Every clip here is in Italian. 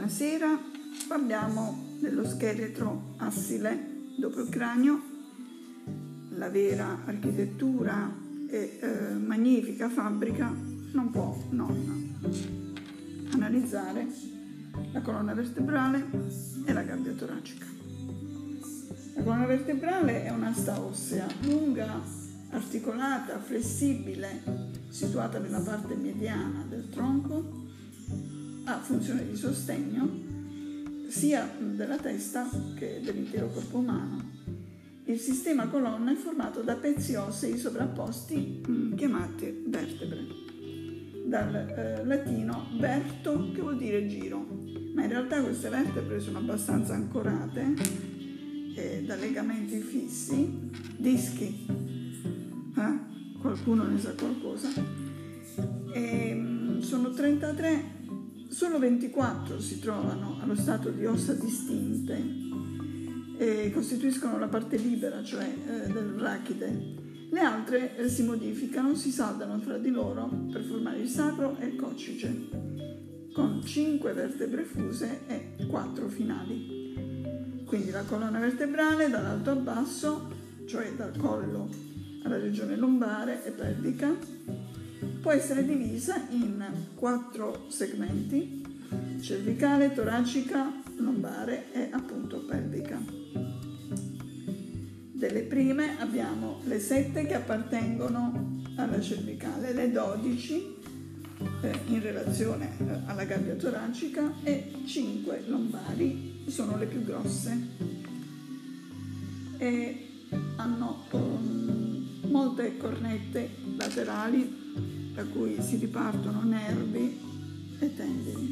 Buonasera, parliamo dello scheletro assile dopo il cranio, la vera architettura e magnifica fabbrica non può non analizzare la colonna vertebrale e la gabbia toracica. La colonna vertebrale è un'asta ossea lunga, articolata, flessibile, situata nella parte mediana del tronco, ha funzione di sostegno sia della testa che dell'intero corpo umano. Il sistema colonna è formato da pezzi ossei sovrapposti chiamati vertebre, dal latino verto, che vuol dire giro, ma in realtà queste vertebre sono abbastanza ancorate da legamenti fissi, dischi, qualcuno ne sa qualcosa, sono 33. Solo 24 si trovano allo stato di ossa distinte e costituiscono la parte libera, cioè del rachide. Le altre si modificano, si saldano tra di loro per formare il sacro e il coccige, con 5 vertebre fuse e 4 finali. Quindi la colonna vertebrale dall'alto a basso, cioè dal collo alla regione lombare e pelvica, può essere divisa in 4 segmenti: cervicale, toracica, lombare e appunto pelvica. Delle prime abbiamo le 7 che appartengono alla cervicale, le 12 in relazione alla gabbia toracica e 5 lombari, sono le più grosse e hanno molte cornette laterali da cui si ripartono nervi e tendini.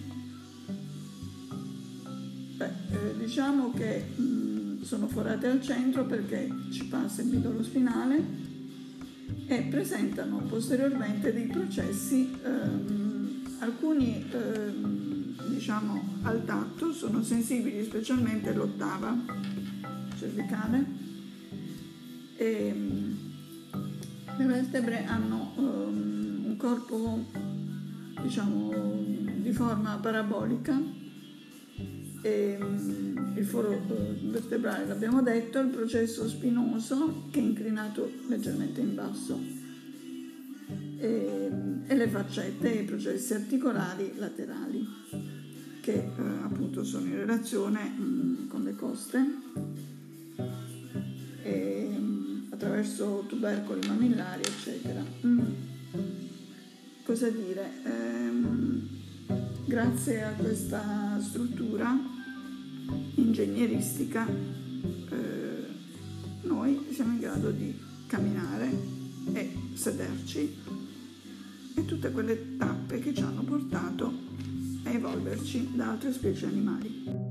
Diciamo che sono forate al centro perché ci passa il midollo spinale e presentano posteriormente dei processi, alcuni diciamo al tatto, sono sensibili specialmente all'ottava cervicale e le vertebre hanno un corpo diciamo di forma parabolica e il foro vertebrale, l'abbiamo detto, il processo spinoso che è inclinato leggermente in basso e le faccette e i processi articolari laterali che appunto sono in relazione con le coste e attraverso tubercoli mamillari eccetera. Cosa dire? Grazie a questa struttura ingegneristica noi siamo in grado di camminare e sederci e tutte quelle tappe che ci hanno portato a evolverci da altre specie animali.